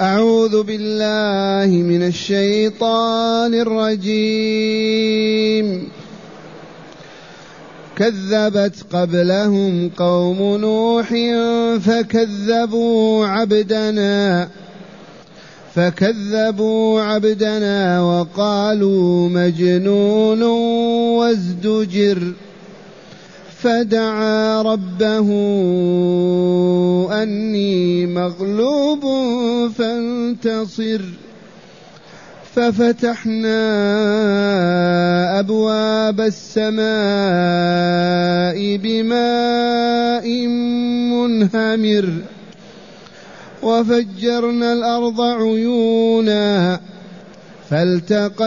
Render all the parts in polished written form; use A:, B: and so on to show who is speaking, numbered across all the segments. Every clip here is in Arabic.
A: أعوذ بالله من الشيطان الرجيم. كذبت قبلهم قوم نوح فكذبوا عبدنا وقالوا مجنون وازدجر فدعا ربه أني مغلوب فانتصر ففتحنا أبواب السماء بماء منهمر وفجرنا الأرض عيونا فالتقى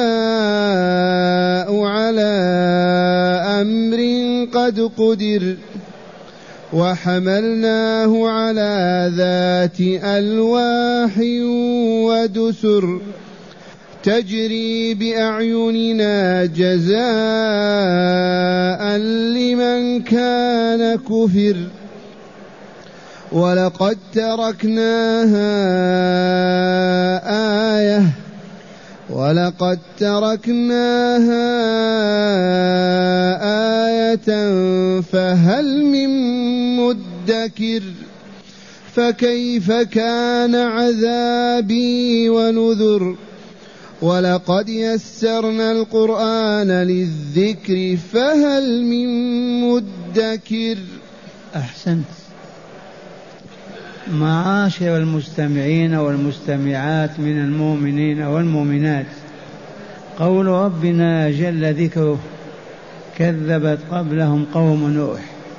A: الماء على أمر قد قدر وحملناه على ذات ألواح ودسر تجري بأعيننا جزاء لمن كان كفر ولقد تركناها آية فهل من مدكر فكيف كان عذابي ونذر ولقد يسرنا القرآن للذكر فهل من مدكر.
B: أحسنت. معاشر المستمعين والمستمعات من المؤمنين والمؤمنات، قول ربنا جل ذكره كذبت قبلهم قوم نوح،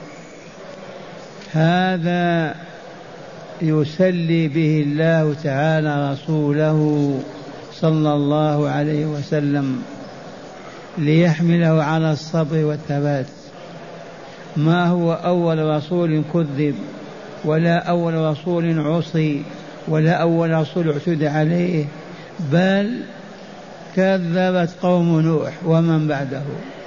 B: هذا يسلي به الله تعالى رسوله صلى الله عليه وسلم ليحمله على الصبر والثبات. ما هو أول رسول كذب، ولا أول رسول عصي، ولا أول رسول اعتدى عليه، بل كذبت قوم نوح ومن بعده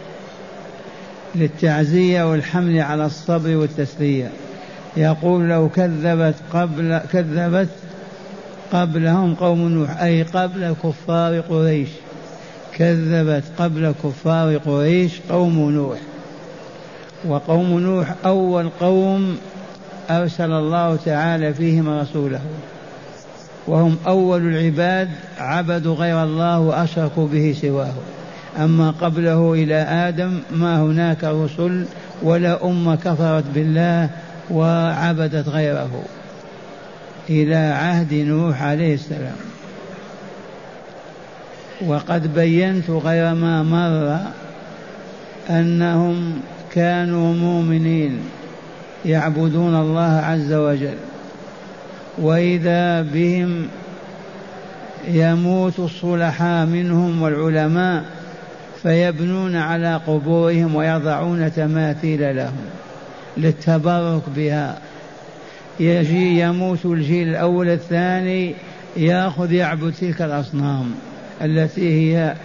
B: للتعزية والحمل على الصبر والتسلية. يقول لو كذبت قبلهم قوم نوح، أي قبل كفار قريش، كذبت قبل كفار قريش قوم نوح. وقوم نوح أول قوم أرسل الله تعالى فيهم رسوله، وهم أول العباد عبدوا غير الله وأشركوا به سواه. أما قبله إلى آدم ما هناك رسل ولا أمة كفرت بالله وعبدت غيره إلى عهد نوح عليه السلام. وقد بينت غير ما مر أنهم كانوا مؤمنين يعبدون الله عز وجل، وإذا بهم يموت الصلحاء منهم والعلماء فيبنون على قبورهم ويضعون تماثيل لهم للتبرك بها. يجي يموت الجيل الأول الثاني يأخذ يعبد تلك الأصنام التي هي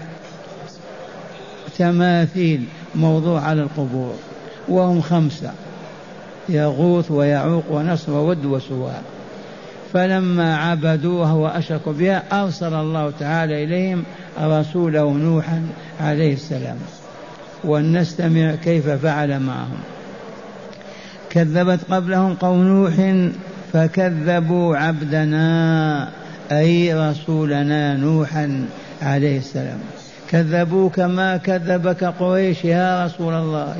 B: تماثيل موضوع على القبور، وهم 5: يغوث ويعوق ونصر وود وسواع. فلما عبدوها وأشركوا بها أرسل الله تعالى إليهم رسوله نوحا عليه السلام، ونستمع كيف فعل معهم. كذبت قبلهم قوم نوح فكذبوا عبدنا، أي رسولنا نوحا عليه السلام. كذبوا كما كذبك قريش يا رسول الله،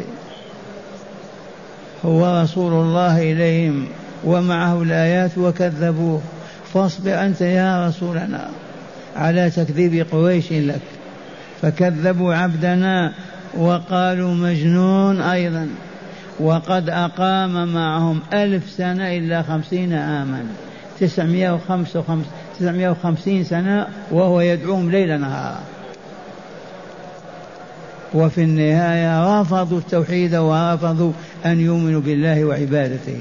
B: هو رسول الله إليهم ومعه الآيات وكذبوه، فاصبر أنت يا رسولنا على تكذيب قريش لك. فكذبوا عبدنا وقالوا مجنون أيضا، وقد أقام معهم 1000 سنة إلا 50 عاما، 950 سنة وهو يدعوهم ليل نهار. وفي النهاية رفضوا التوحيد ورفضوا أن يؤمنوا بالله وعبادته،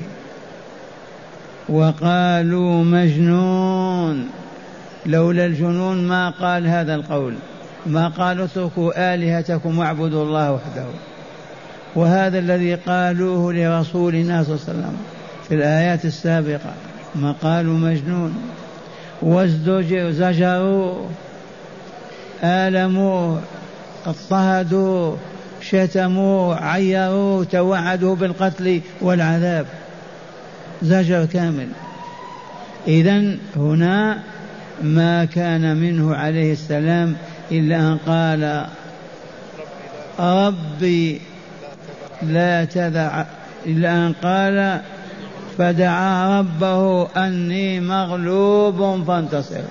B: وقالوا مجنون. لولا الجنون ما قال هذا القول، ما قالوا اتركوا آلهتكم واعبدوا الله وحده. وهذا الذي قالوه لرسولنا صلى الله عليه وسلم في الآيات السابقة، ما قالوا مجنون. وازدجروا زجروا آلموا اضطهدوا شتموا عيروا توعدوا بالقتل والعذاب، زجر كامل. إذن هنا ما كان منه عليه السلام إلا أن قال ربي لا تدع، إلا أن قال فدعا ربه أني مغلوب فانتصر.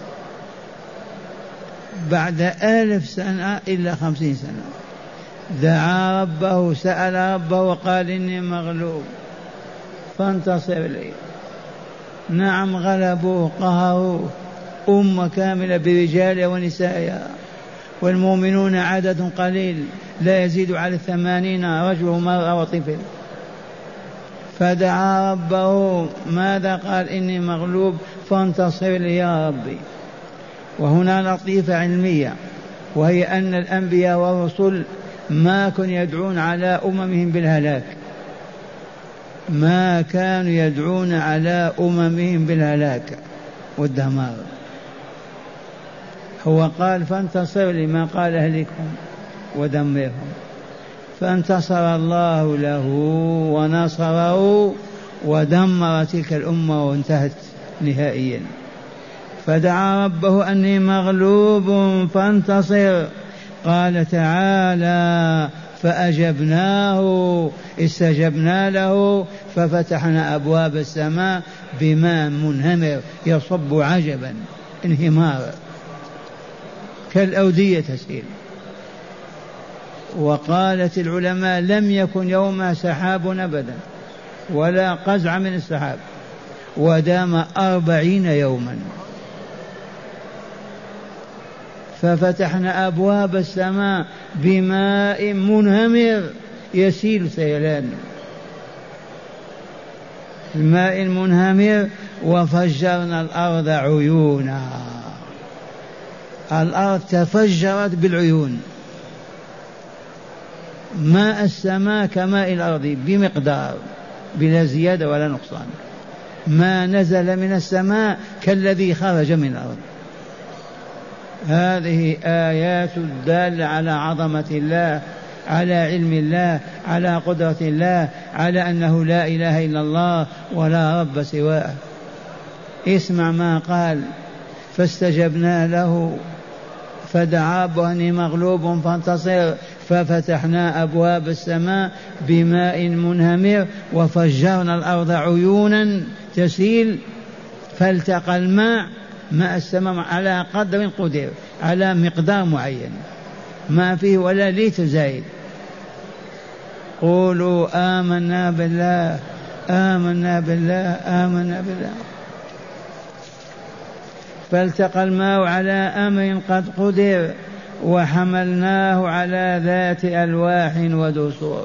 B: بعد 1000 سنة إلا 50 سنة دعا ربه سأل ربه وقال إني مغلوب فانتصر لي. نعم غلبوه قهروا أمة كاملة برجالها ونسائها، والمؤمنون عدد قليل لا يزيد على 80 رجل ومرأة وطفل. فدعا ربه ماذا قال؟ إني مغلوب فانتصر لي يا ربي. وهنا لطيفة علمية، وهي أن الأنبياء والرسل ما كانوا يدعون على أممهم بالهلاك، ما كانوا يدعون على أممهم بالهلاك والدمار. هو قال فانتصر لما قال أهلكهم ودمرهم، فانتصر الله له ونصره ودمر تلك الأمة وانتهت نهائيا. فدعا ربه أني مغلوب فانتصر. قال تعالى فأجبناه استجبنا له ففتحنا أبواب السماء بماء منهمر يصب عجبا انهمار كالأودية تسيل. وقالت العلماء لم يكن يوم سحاب أبدا ولا قزع من السحاب، ودام 40 يوما. ففتحنا أبواب السماء بماء منهمر يسيل سيلان الماء المنهمر، وفجرنا الأرض عيونا، الأرض تفجرت بالعيون. ماء السماء كماء الأرض بمقدار بلا زيادة ولا نقصان. ما نزل من السماء كالذي خرج من الأرض. هذه آيات الدالة على عظمة الله، على علم الله، على قدرة الله، على أنه لا إله إلا الله ولا رب سواه. اسمع ما قال فاستجبنا له فدعا بأني مغلوب فانتصر ففتحنا أبواب السماء بماء منهمر وفجرنا الأرض عيونا تسيل. فالتقى الماء ماء السماء على قدر قدر، على مقدار معين، ما فيه ولا ليتر زايد. قولوا آمنا بالله آمنا بالله آمنا بالله. فالتقى الماء على أمر قد قدر وحملناه على ذات ألواح ودسور.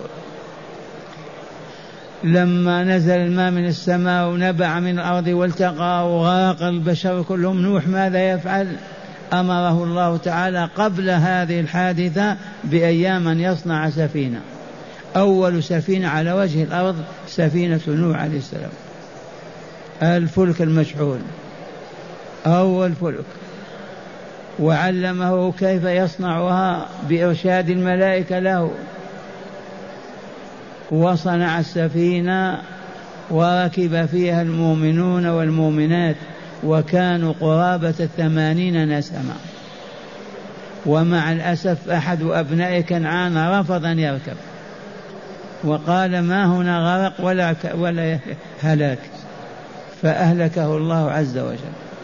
B: لما نزل الماء من السماء ونبع من الأرض والتقى وغرق البشر كلهم، نوح ماذا يفعل؟ أمره الله تعالى قبل هذه الحادثة بأيام أن يصنع سفينة. أول سفينة على وجه الأرض سفينة نوح عليه السلام، الفلك المشحون، أول فلك. وعلمه كيف يصنعها بإرشاد الملائكة له. وصنع السفينة وركب فيها المؤمنون والمؤمنات، وكانوا قرابة 80 نسمة. ومع الأسف أحد أبناء كنعان رفض أن يركب وقال ما هنا غرق ولا هلاك، فأهلكه الله عز وجل.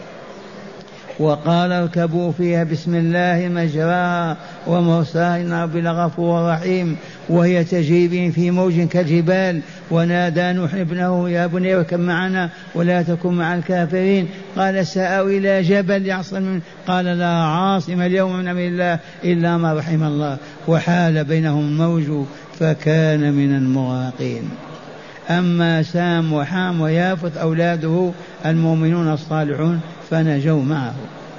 B: وقال اركبوا فيها بسم الله مجراها ومرساها إن ربي لغفور رحيم، وهي تجري في موج كالجبال. ونادى نوح ابنه يا بني اركب معنا ولا تكن مع الكافرين. قال سآوي إلى جبل يعصم، قال لا عاصم اليوم من أمر الله إلا ما رحم الله، وحال بينهم الموج فكان من المغرقين. أما سام وحام ويافث أولاده المؤمنون الصالحون فنجوا معه.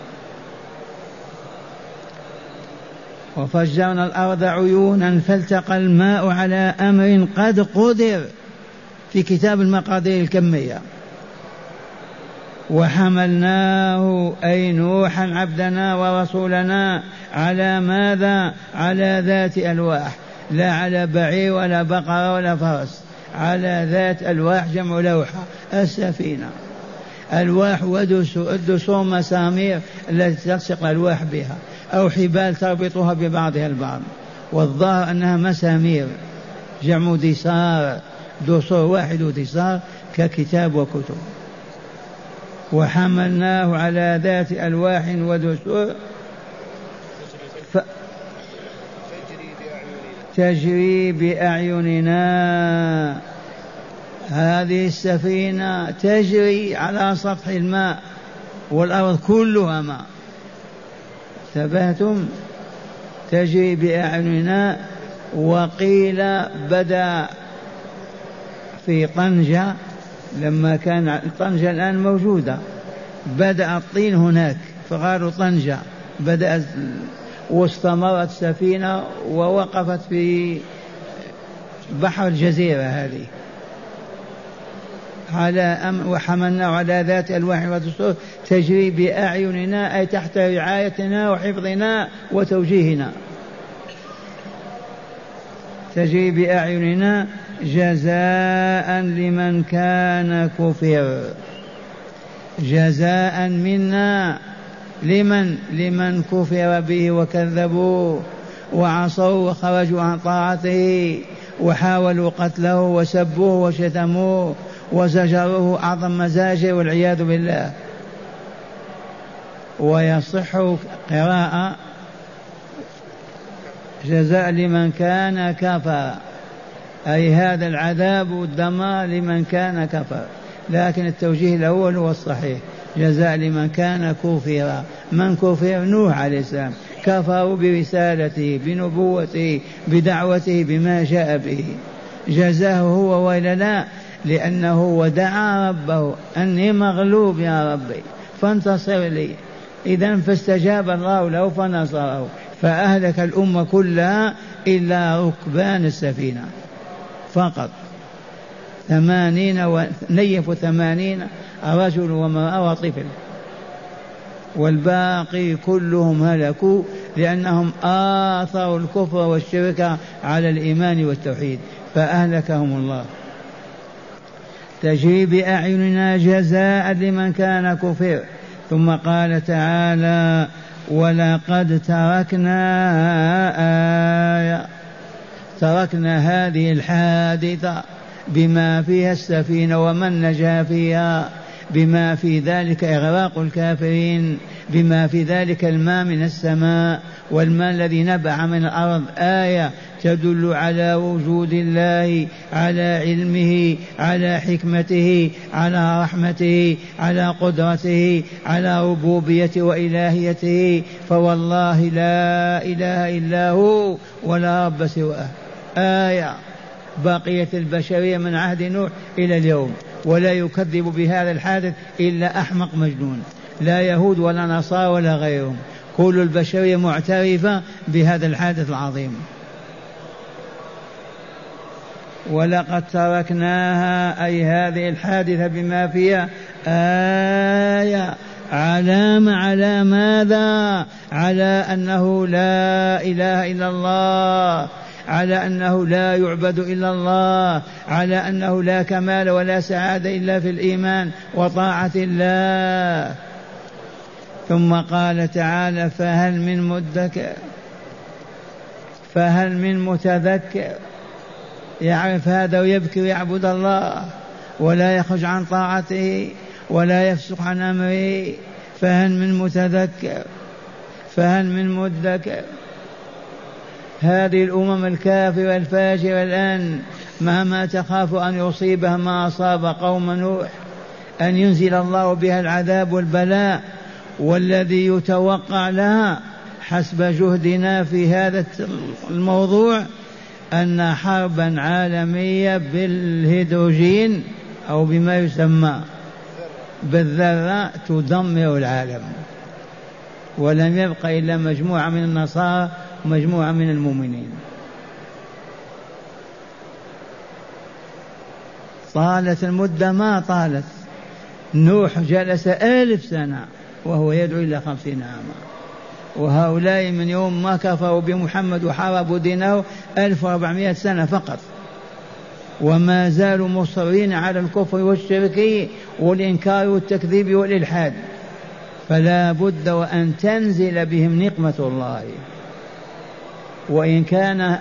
B: وفجرنا الأرض عيونا فالتقى الماء على أمر قد قدر في كتاب المقادير الكمية. وحملناه أي نوحا عبدنا ورسولنا على ماذا؟ على ذات ألواح، لا على بعير ولا بقرة ولا فرس، على ذات ألواح جمع لوحة السفينة. ألواح ودسور مسامير التي تلصق الألواح بها، أو حبال تربطها ببعضها البعض، والظاهر أنها مسامير جمع دسار، دسور واحد ودسار ككتاب وكتب. وحملناه على ذات ألواح ودسور تجري بأعيننا. هذه السفينة تجري على سطح الماء والأرض كلها ماء، انتبهتم؟ تجري بأعيننا. وقيل بدأ في طنجة، لما كان طنجة الآن موجودة، بدأ الطين هناك فقالوا طنجة، بدأت واستمرت سفينة ووقفت في بحر الجزيرة هذه. وحملنا على ذات ألواح ودسور تجري بأعيننا أي تحت رعايتنا وحفظنا وتوجيهنا، تجري بأعيننا جزاء لمن كان كفر، جزاء منا لمن كفر به وكذبوا وعصوا وخرجوا عن طاعته وحاولوا قتله وسبوه وشتموه وزجروه أعظم مزاجه والعياذ بالله. ويصح قراءة جزاء لمن كان كفر، أي هذا العذاب والدمار لمن كان كفر، لكن التوجيه الأول هو الصحيح، جزاء لمن كان كفر. من كفر؟ نوح عليه السلام، كفروا برسالته بنبوته بدعوته بما جاء به، جزاه هو ولا لا؟ لأنه ودعا ربه أني مغلوب يا ربي فانتصر لي، إذا فاستجاب الله له فنصره، فأهلك الأمة كلها إلا ركبان السفينة فقط، 80 رجل وامرأة وطفل، والباقي كلهم هلكوا لأنهم آثروا الكفر والشرك على الإيمان والتوحيد فأهلكهم الله. تجري بأعيننا جزاء لمن كان كفر. ثم قال تعالى ولقد تركنا هذه الحادثة بما فيها السفينة ومن نجا فيها، بما في ذلك إغراق الكافرين، بما في ذلك الماء من السماء والماء الذي نبع من الأرض، آية تدل على وجود الله، على علمه، على حكمته، على رحمته، على قدرته، على ربوبيته وإلهيته، فوالله لا إله إلا هو ولا رب سواه. آية بقية البشرية من عهد نوح إلى اليوم، ولا يكذب بهذا الحادث إلا أحمق مجنون، لا يهود ولا نصارى ولا غيرهم، كل البشرية معترفة بهذا الحادث العظيم. ولقد تركناها أي هذه الحادثة بما فيها آية، علامة على ماذا؟ على أنه لا إله إلا الله، على أنه لا يعبد إلا الله، على أنه لا كمال ولا سعادة إلا في الإيمان وطاعة الله. ثم قال تعالى فهل من مدكر، فهل من متذكر يعرف هذا ويبكي ويعبد الله ولا يخرج عن طاعته ولا يفسق عن أمره؟ فهل من متذكر، فهل من مدكر؟ هذه الأمم الكافرة الفاجرة الآن مهما تخاف أن يصيبها ما أصاب قوم نوح، أن ينزل الله بها العذاب والبلاء، والذي يتوقع لها حسب جهدنا في هذا الموضوع أن حربا عالمية بالهيدروجين أو بما يسمى بالذرة تدمر العالم، ولم يبق إلا مجموعة من النصارى ومجموعة من المؤمنين. طالت المدة ما طالت، نوح جلس 1000 سنة وهو يدعو إلى 50 عاما، وهؤلاء من يوم ما كفروا بمحمد وحاربوا دينه 1400 سنة فقط، وما زالوا مصرين على الكفر والشرك والإنكار والتكذيب والإلحاد. فلا بد وأن تنزل بهم نقمة الله. وإن كان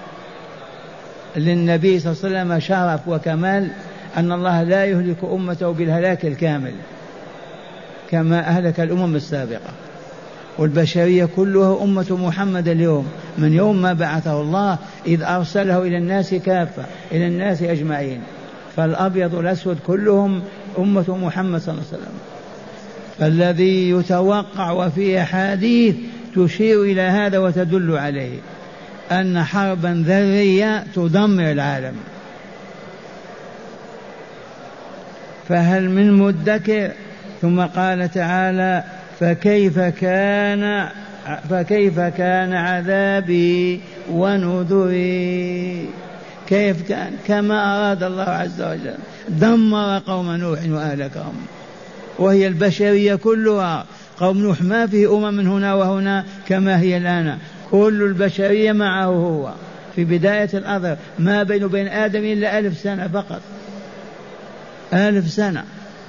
B: للنبي صلى الله عليه وسلم شرف وكمال أن الله لا يهلك أمته بالهلاك الكامل كما أهلك الأمم السابقة، والبشرية كلها أمة محمد اليوم من يوم ما بعثه الله إذ أرسله إلى الناس كافة، إلى الناس أجمعين، فالأبيض والأسود كلهم أمة محمد صلى الله عليه وسلم. فالذي يتوقع وفيه أحاديث تشير إلى هذا وتدل عليه أن حربا ذرية تدمر العالم. فهل من مدكر؟ ثم قال تعالى فكيف كان عذابي ونذري. كيف كان؟ كما أراد الله عز وجل، دمر قوم نوح وأهلكهم، وهي البشرية كلها. قوم نوح ما فيه من هنا وهنا كما هي الآن، كل البشرية معه هو في بداية الأرض، ما بين وبين آدم إلا 1000 سنة فقط، 1000 سنة،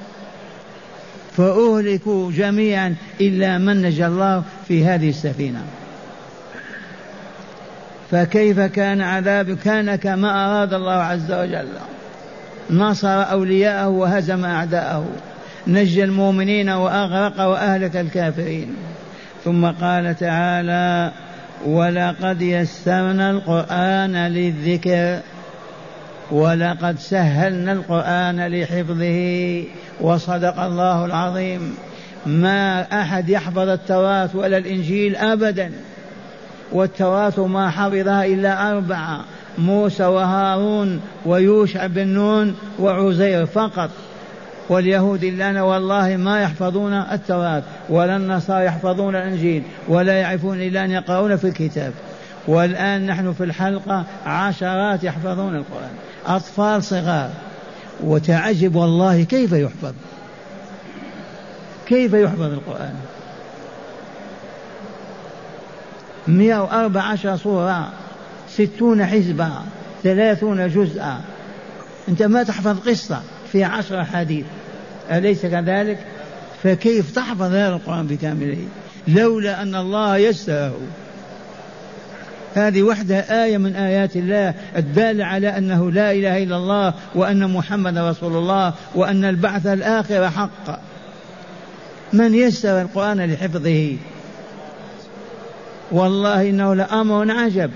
B: فأهلكوا جميعا إلا من نجى الله في هذه السفينة. فكيف كان عذاب؟ كان كما أراد الله عز وجل، نصر أولياءه وهزم أعداءه، نجى المؤمنين وأغرق وأهلك الكافرين. ثم قال تعالى ولقد يسرنا القرآن للذكر، ولقد سهلنا القرآن لحفظه. وصدق الله العظيم، ما أحد يحفظ التوراة ولا الإنجيل أبدا، والتوراة ما حفظها إلا 4: موسى وهارون ويوشع بن نون وعزير فقط. واليهود لنا والله ما يحفظون التوراة، ولا النصارى يحفظون الإنجيل، ولا يعرفون إلا أن يقرؤون في الكتاب. والآن نحن في الحلقة عشرات يحفظون القرآن، أطفال صغار، وتعجب والله كيف يحفظ، كيف يحفظ القرآن. 114 سورة، 60 حزبا، 30 جزءا. أنت ما تحفظ قصة في 10 حديث، أليس كذلك؟ فكيف تحفظ هذا القرآن بكامله لولا أن الله يسره؟ هذه وحدة آية من آيات الله الدالة على أنه لا إله إلا الله، وأن محمد رسول الله، وأن البعث الآخر حق. من يسر القرآن لحفظه؟ والله إنه لأمر عجب.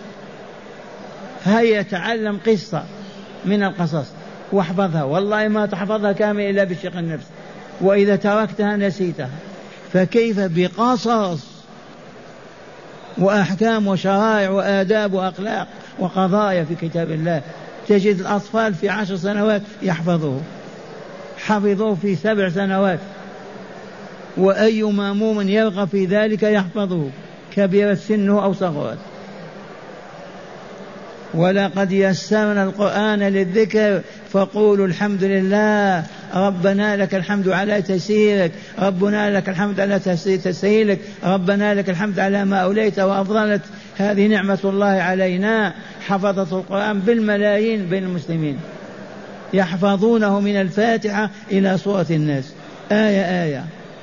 B: هيا تعلم قصة من القصص واحفظها، والله ما تحفظها كامل إلا بشق النفس، وإذا تركتها نسيتها. فكيف بقصص وأحكام وشرائع وآداب وأخلاق وقضايا في كتاب الله؟ تجد الأطفال في 10 سنوات يحفظوه، حفظوه في 7 سنوات، وأي مأموم يرغب في ذلك يحفظه، كبيرت سنه أو صغرت. ولقد يسرنا القرآن للذكر فقولوا الحمد لله ربنا لك الحمد على تيسيرك، ربنا لك الحمد على تسهيلك، ربنا لك الحمد على ما أوليت وأفضلت. هذه نعمة الله علينا. حفظت القرآن بالملايين بين المسلمين، يحفظونه من الفاتحة إلى سورة الناس آية آية.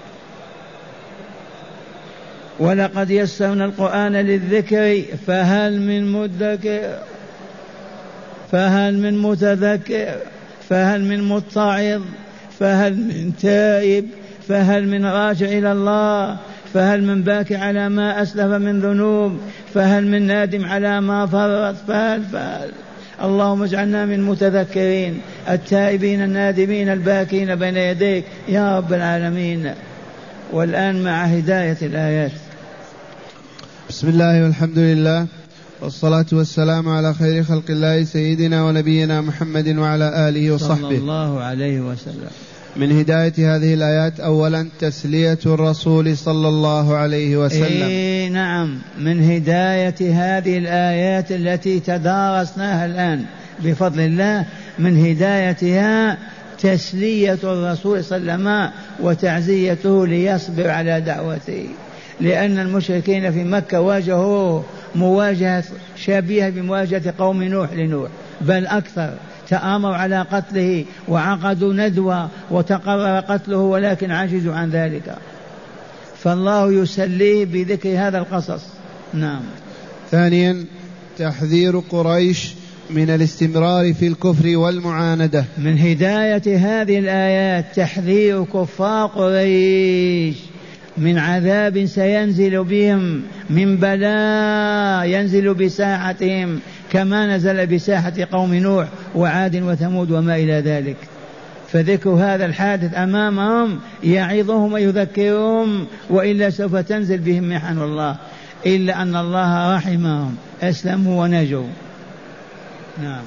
B: ولقد يسرنا القرآن للذكر فهل من مدكر، فهل من متذكر، فهل من متعظ، فهل من تائب، فهل من راجع إلى الله، فهل من باكي على ما أسلف من ذنوب، فهل من نادم على ما فرط. فهل اللهم اجعلنا من المتذكرين التائبين النادمين الباكين بين يديك يا رب العالمين. والآن مع هداية الآيات.
A: بسم الله والحمد لله والصلاة والسلام على خير خلق الله سيدنا ونبينا محمد وعلى آله وصحبه
B: صلى الله عليه وسلم.
A: من هداية هذه الآيات أولا تسلية الرسول صلى الله عليه وسلم.
B: نعم، من هداية هذه الآيات التي تدارسناها الآن بفضل الله، من هدايتها تسلية الرسول صلى الله عليه وسلم وتعزيته ليصبر على دعوته، لأن المشركين في مكة واجهوا مواجهة شبيهة بمواجهة قوم نوح لنوح، بل أكثر، تآمروا على قتله وعقدوا ندوة وتقرر قتله ولكن عجزوا عن ذلك، فالله يسليه بذكر هذا القصص. نعم.
A: ثانيا تحذير قريش من الاستمرار في الكفر والمعاندة.
B: من هداية هذه الآيات تحذير كفار قريش من عذاب سينزل بهم، من بلاء ينزل بساحتهم كما نزل بساحة قوم نوح وعاد وثمود وما إلى ذلك، فذكر هذا الحادث أمامهم يعظهم ويذكرهم، وإلا سوف تنزل بهم محن الله، إلا أن الله رحمهم أسلموا ونجوا. نعم.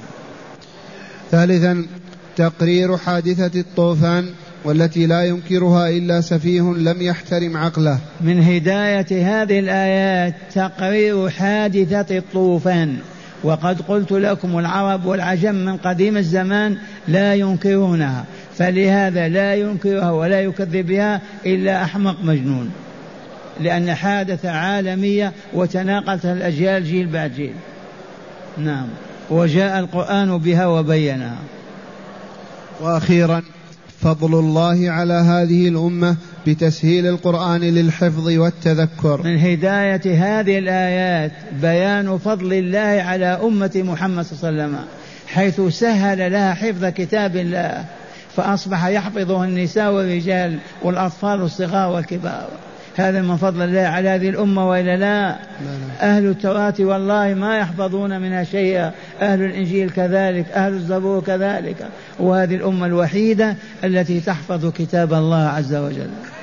A: ثالثا تقرير حادثة الطوفان والتي لا ينكرها إلا سفيه لم يحترم عقله.
B: من هداية هذه الآيات تقرير حادثة الطوفان، وقد قلت لكم العرب والعجم من قديم الزمان لا ينكرونها، فلهذا لا ينكرها ولا يكذب بها إلا أحمق مجنون، لأن حادثة عالمية وتناقلتها الأجيال جيل بعد جيل. نعم. وجاء القرآن بها وبينها.
A: وأخيرا فضل الله على هذه الأمة بتسهيل القرآن للحفظ والتذكر.
B: من هداية هذه الآيات بيان فضل الله على أمة محمد صلى الله عليه وسلم، حيث سهل لها حفظ كتاب الله، فأصبح يحفظه النساء والرجال والأطفال الصغار والكبار. هذا من فضل الله على هذه الأمة وإلا لا؟ أهل التوراة والله ما يحفظون منها شيئا، أهل الإنجيل كذلك، أهل الزبور كذلك، وهذه الأمة الوحيدة التي تحفظ كتاب الله عز وجل.